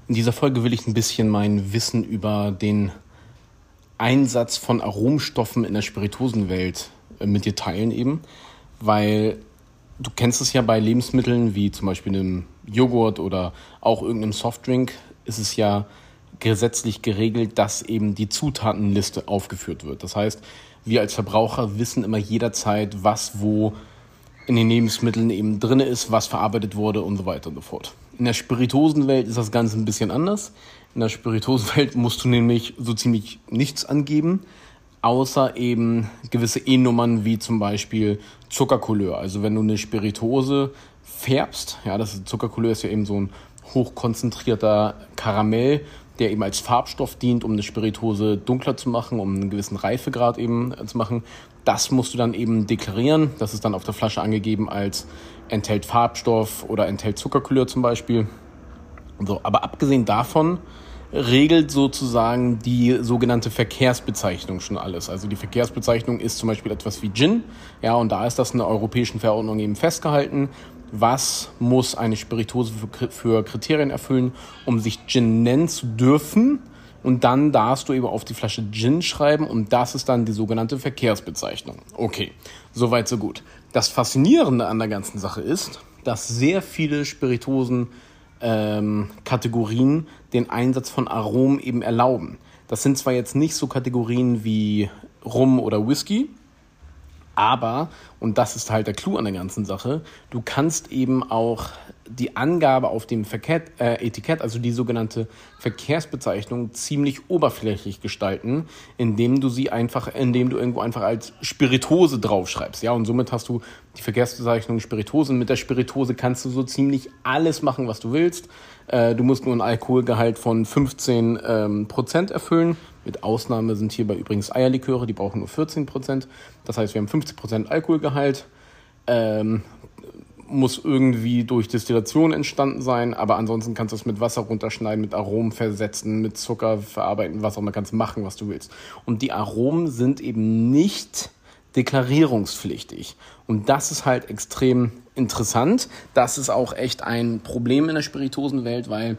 In dieser Folge will ich ein bisschen mein Wissen über den Einsatz von Aromstoffen in der Spirituosenwelt mit dir teilen eben, weil du kennst es ja bei Lebensmitteln wie zum Beispiel einem Joghurt oder auch irgendeinem Softdrink, ist es ja gesetzlich geregelt, dass eben die Zutatenliste aufgeführt wird. Das heißt, wir als Verbraucher wissen immer jederzeit, was wo in den Lebensmitteln eben drin ist, was verarbeitet wurde und so weiter und so fort. In der Spirituosenwelt ist das Ganze ein bisschen anders. In der Spirituosenwelt musst du nämlich so ziemlich nichts angeben, außer eben gewisse E-Nummern wie zum Beispiel Zuckercouleur. Also wenn du eine Spirituose färbst, ja, Zuckercouleur ist ja eben so ein hochkonzentrierter Karamell, der eben als Farbstoff dient, um eine Spirituose dunkler zu machen, um einen gewissen Reifegrad eben zu machen. Das musst du dann eben deklarieren. Das ist dann auf der Flasche angegeben als enthält Farbstoff oder enthält Zuckercouleur zum Beispiel. So, aber abgesehen davon regelt sozusagen die sogenannte Verkehrsbezeichnung schon alles. Also die Verkehrsbezeichnung ist zum Beispiel etwas wie Gin. Ja, und da ist das in der europäischen Verordnung eben festgehalten. Was muss eine Spirituose für Kriterien erfüllen, um sich Gin nennen zu dürfen? Und dann darfst du eben auf die Flasche Gin schreiben und das ist dann die sogenannte Verkehrsbezeichnung. Okay, soweit so gut. Das Faszinierende an der ganzen Sache ist, dass sehr viele Spirituosen Kategorien den Einsatz von Aromen eben erlauben. Das sind zwar jetzt nicht so Kategorien wie Rum oder Whisky, aber, und das ist halt der Clou an der ganzen Sache, du kannst eben auch die Angabe auf dem Etikett, also die sogenannte Verkehrsbezeichnung, ziemlich oberflächlich gestalten, indem du irgendwo einfach als Spirituose draufschreibst. Ja, und somit hast du die Verkehrsbezeichnung Spirituose. Und mit der Spirituose kannst du so ziemlich alles machen, was du willst. Du musst nur ein Alkoholgehalt von 15% erfüllen. Mit Ausnahme sind hierbei übrigens Eierliköre, die brauchen nur 14%. Das heißt, wir haben 50% Alkoholgehalt. Muss irgendwie durch Destillation entstanden sein, aber ansonsten kannst du es mit Wasser runterschneiden, mit Aromen versetzen, mit Zucker verarbeiten, was auch immer, kannst machen, was du willst. Und die Aromen sind eben nicht deklarierungspflichtig. Und das ist halt extrem interessant. Das ist auch echt ein Problem in der Spirituosenwelt, weil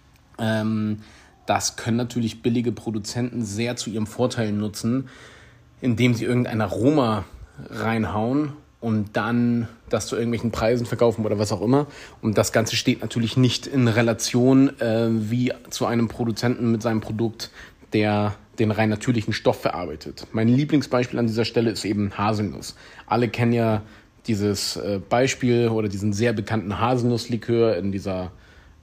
das können natürlich billige Produzenten sehr zu ihrem Vorteil nutzen, indem sie irgendein Aroma reinhauen und dann das zu irgendwelchen Preisen verkaufen oder was auch immer. Und das Ganze steht natürlich nicht in Relation wie zu einem Produzenten mit seinem Produkt, der den rein natürlichen Stoff verarbeitet. Mein Lieblingsbeispiel an dieser Stelle ist eben Haselnuss. Alle kennen ja dieses Beispiel oder diesen sehr bekannten Haselnusslikör in dieser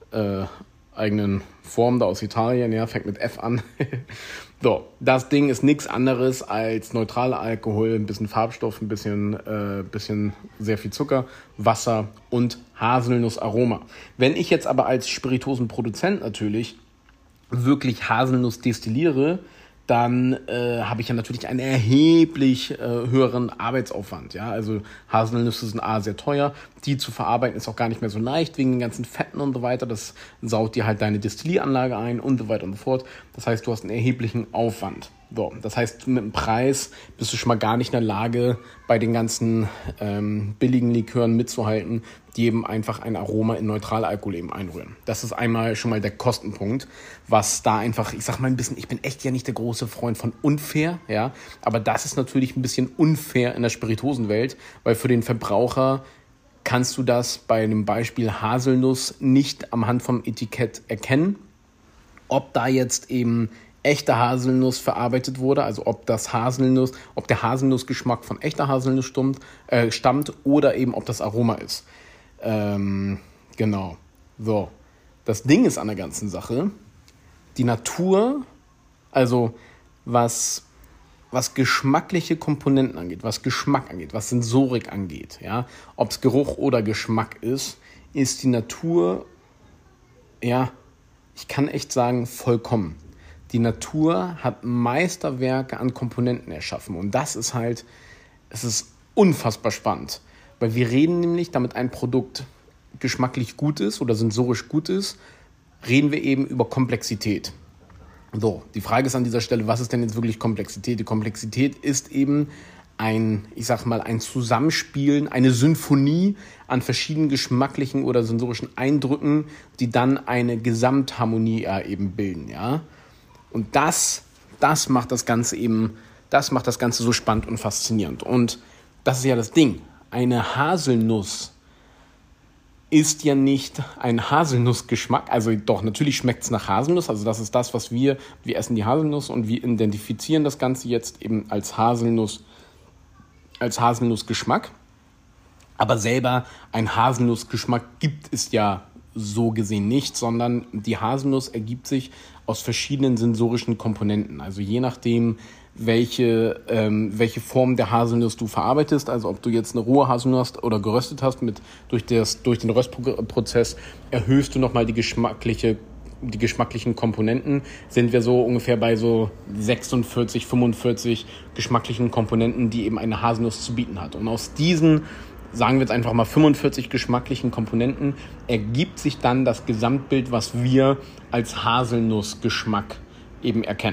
eigenen Form da aus Italien, ja, fängt mit F an. So, das Ding ist nichts anderes als neutraler Alkohol, ein bisschen Farbstoff, ein bisschen sehr viel Zucker, Wasser und Haselnussaroma. Wenn ich jetzt aber als Spirituosenproduzent natürlich wirklich Haselnuss destilliere, dann habe ich ja natürlich einen erheblich höheren Arbeitsaufwand. Ja? Also Haselnüsse sind sehr teuer, die zu verarbeiten ist auch gar nicht mehr so leicht, wegen den ganzen Fetten und so weiter. Das saut dir halt deine Destillieranlage ein und so weiter und so fort. Das heißt, du hast einen erheblichen Aufwand. So, das heißt, mit dem Preis bist du schon mal gar nicht in der Lage, bei den ganzen billigen Likören mitzuhalten, die eben einfach ein Aroma in Neutralalkohol eben einrühren. Das ist einmal schon mal der Kostenpunkt, was da einfach, ich sag mal ein bisschen, ich bin echt ja nicht der große Freund von unfair, ja, aber das ist natürlich ein bisschen unfair in der Spirituosenwelt, weil für den Verbraucher kannst du das bei einem Beispiel Haselnuss nicht am Hand vom Etikett erkennen, ob da jetzt eben echte Haselnuss verarbeitet wurde, also ob der Haselnussgeschmack von echter Haselnuss stammt oder eben ob das Aroma ist. Genau. So. Das Ding ist an der ganzen Sache, die Natur, also was geschmackliche Komponenten angeht, was Geschmack angeht, was Sensorik angeht, ja, ob es Geruch oder Geschmack ist die Natur, ja, ich kann echt sagen, vollkommen. Die Natur hat Meisterwerke an Komponenten erschaffen und das ist halt, es ist unfassbar spannend, weil wir reden nämlich, damit ein Produkt geschmacklich gut ist oder sensorisch gut ist, reden wir eben über Komplexität. So, die Frage ist an dieser Stelle, was ist denn jetzt wirklich Komplexität? Die Komplexität ist eben ein Zusammenspielen, eine Symphonie an verschiedenen geschmacklichen oder sensorischen Eindrücken, die dann eine Gesamtharmonie eben bilden, ja. Und das macht das Ganze so spannend und faszinierend. Und das ist ja das Ding. Eine Haselnuss ist ja nicht ein Haselnussgeschmack, also doch, natürlich schmeckt es nach Haselnuss, also das ist das, was wir essen die Haselnuss und wir identifizieren das Ganze jetzt eben als Haselnussgeschmack, aber selber ein Haselnussgeschmack gibt es ja so gesehen nicht, sondern die Haselnuss ergibt sich aus verschiedenen sensorischen Komponenten, also je nachdem, welche Form der Haselnuss du verarbeitest, also ob du jetzt eine rohe Haselnuss oder geröstet hast, durch den Röstprozess erhöhst du nochmal die geschmacklichen Komponenten, sind wir so ungefähr bei so 46, 45 geschmacklichen Komponenten, die eben eine Haselnuss zu bieten hat. Und aus diesen, sagen wir jetzt einfach mal 45 geschmacklichen Komponenten, ergibt sich dann das Gesamtbild, was wir als Haselnussgeschmack eben erkennen.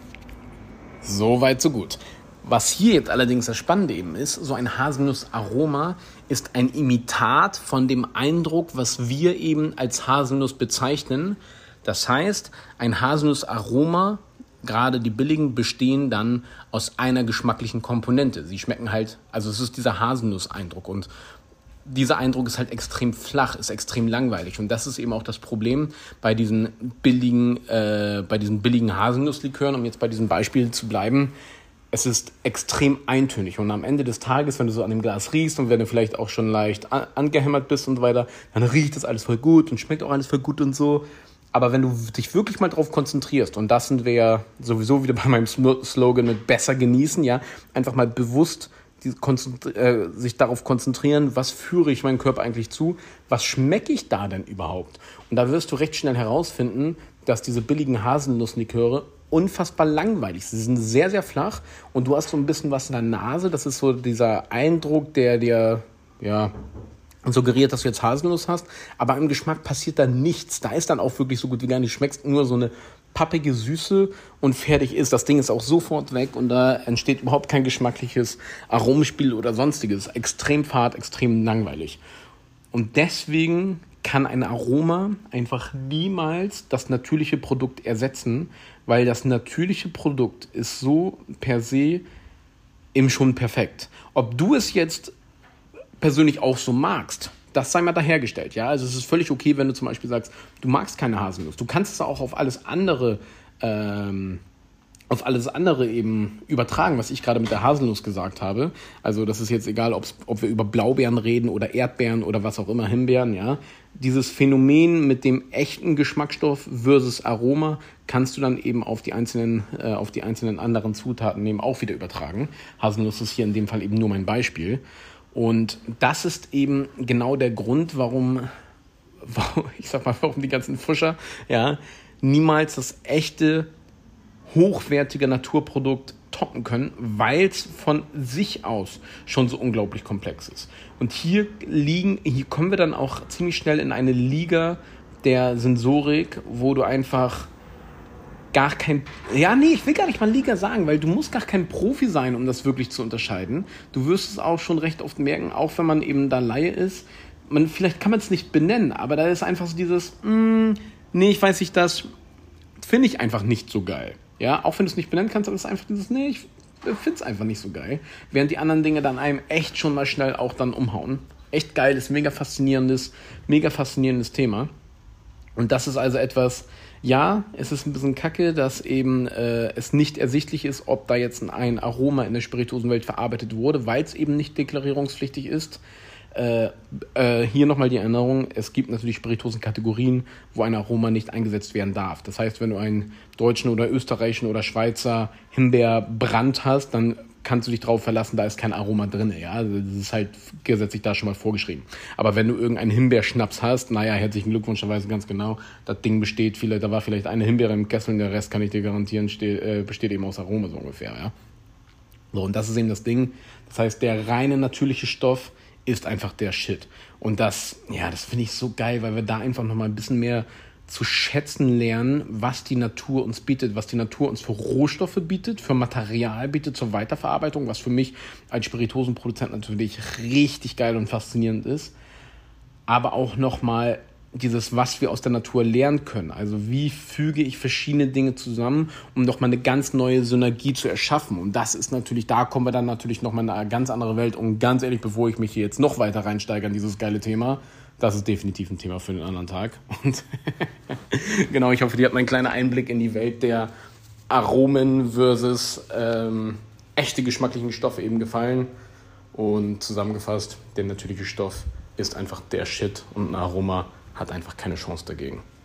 So weit, so gut. Was hier jetzt allerdings das Spannende eben ist, so ein Haselnussaroma ist ein Imitat von dem Eindruck, was wir eben als Haselnuss bezeichnen. Das heißt, ein Haselnussaroma, gerade die billigen, bestehen dann aus einer geschmacklichen Komponente. Sie schmecken halt, also es ist dieser Haselnusseindruck und dieser Eindruck ist halt extrem flach, ist extrem langweilig und das ist eben auch das Problem bei diesen billigen Haselnusslikören, um jetzt bei diesem Beispiel zu bleiben. Es ist extrem eintönig und am Ende des Tages, wenn du so an dem Glas riechst und wenn du vielleicht auch schon leicht angehämmert bist und so weiter, dann riecht das alles voll gut und schmeckt auch alles voll gut und so. Aber wenn du dich wirklich mal drauf konzentrierst, und das sind wir ja sowieso wieder bei meinem Slogan mit besser genießen, ja, einfach mal bewusst sich darauf konzentrieren, was führe ich meinem Körper eigentlich zu, was schmecke ich da denn überhaupt? Und da wirst du recht schnell herausfinden, dass diese billigen Haselnussliköre unfassbar langweilig sind. Sie sind sehr, sehr flach und du hast so ein bisschen was in der Nase. Das ist so dieser Eindruck, der dir suggeriert, dass du jetzt Haselnuss hast, aber im Geschmack passiert da nichts. Da ist dann auch wirklich so gut wie gar nicht. Schmeckst nur so eine pappige Süße und fertig ist. Das Ding ist auch sofort weg und da entsteht überhaupt kein geschmackliches Aromenspiel oder sonstiges. Extrem fad, extrem langweilig. Und deswegen kann ein Aroma einfach niemals das natürliche Produkt ersetzen, weil das natürliche Produkt ist so per se eben schon perfekt. Ob du es jetzt persönlich auch so magst, das sei mal dahergestellt, ja. Also es ist völlig okay, wenn du zum Beispiel sagst, du magst keine Haselnuss. Du kannst es auch auf alles andere eben übertragen, was ich gerade mit der Haselnuss gesagt habe. Also das ist jetzt egal, ob wir über Blaubeeren reden oder Erdbeeren oder was auch immer, Himbeeren, ja. Dieses Phänomen mit dem echten Geschmacksstoff versus Aroma kannst du dann eben auf die einzelnen anderen Zutaten eben auch wieder übertragen. Haselnuss ist hier in dem Fall eben nur mein Beispiel. Und das ist eben genau der Grund, warum die ganzen Pfuscher, ja, niemals das echte, hochwertige Naturprodukt toppen können, weil es von sich aus schon so unglaublich komplex ist. Und hier kommen wir dann auch ziemlich schnell in eine Liga der Sensorik, wo du einfach ich will gar nicht mal Liga sagen, weil du musst gar kein Profi sein, um das wirklich zu unterscheiden. Du wirst es auch schon recht oft merken, auch wenn man eben da Laie ist. Vielleicht kann man es nicht benennen, aber da ist einfach so dieses, ich weiß nicht, das finde ich einfach nicht so geil. Ja, auch wenn du es nicht benennen kannst, aber es ist einfach dieses, ich finde es einfach nicht so geil. Während die anderen Dinge dann einem echt schon mal schnell auch dann umhauen. Echt geil, ist mega faszinierendes Thema. Und das ist also etwas, ja, es ist ein bisschen kacke, dass eben es nicht ersichtlich ist, ob da jetzt ein Aroma in der Spirituosenwelt verarbeitet wurde, weil es eben nicht deklarierungspflichtig ist. Hier nochmal die Erinnerung, es gibt natürlich Spirituosenkategorien, wo ein Aroma nicht eingesetzt werden darf. Das heißt, wenn du einen deutschen oder österreichischen oder Schweizer Himbeerbrand hast, dann kannst du dich darauf verlassen, da ist kein Aroma drin. Ja? Also das ist halt gesetzlich da schon mal vorgeschrieben. Aber wenn du irgendeinen Himbeerschnaps hast, herzlichen Glückwunsch, da weiß ich ganz genau, das Ding besteht, da war vielleicht eine Himbeere im Kessel und der Rest, kann ich dir garantieren, besteht eben aus Aroma so ungefähr. Ja? So, und das ist eben das Ding. Das heißt, der reine natürliche Stoff ist einfach der Shit. Und das finde ich so geil, weil wir da einfach nochmal ein bisschen mehr zu schätzen lernen, was die Natur uns bietet, was die Natur uns für Rohstoffe bietet, für Material bietet zur Weiterverarbeitung, was für mich als Spirituosenproduzent natürlich richtig geil und faszinierend ist. Aber auch nochmal dieses, was wir aus der Natur lernen können. Also wie füge ich verschiedene Dinge zusammen, um nochmal eine ganz neue Synergie zu erschaffen. Und das ist natürlich, da kommen wir dann natürlich nochmal in eine ganz andere Welt. Und ganz ehrlich, bevor ich mich hier jetzt noch weiter reinsteige in dieses geile Thema, das ist definitiv ein Thema für einen anderen Tag. Und genau, ich hoffe, dir hat mein kleiner Einblick in die Welt der Aromen versus echte geschmacklichen Stoffe eben gefallen. Und zusammengefasst, der natürliche Stoff ist einfach der Shit und ein Aroma hat einfach keine Chance dagegen.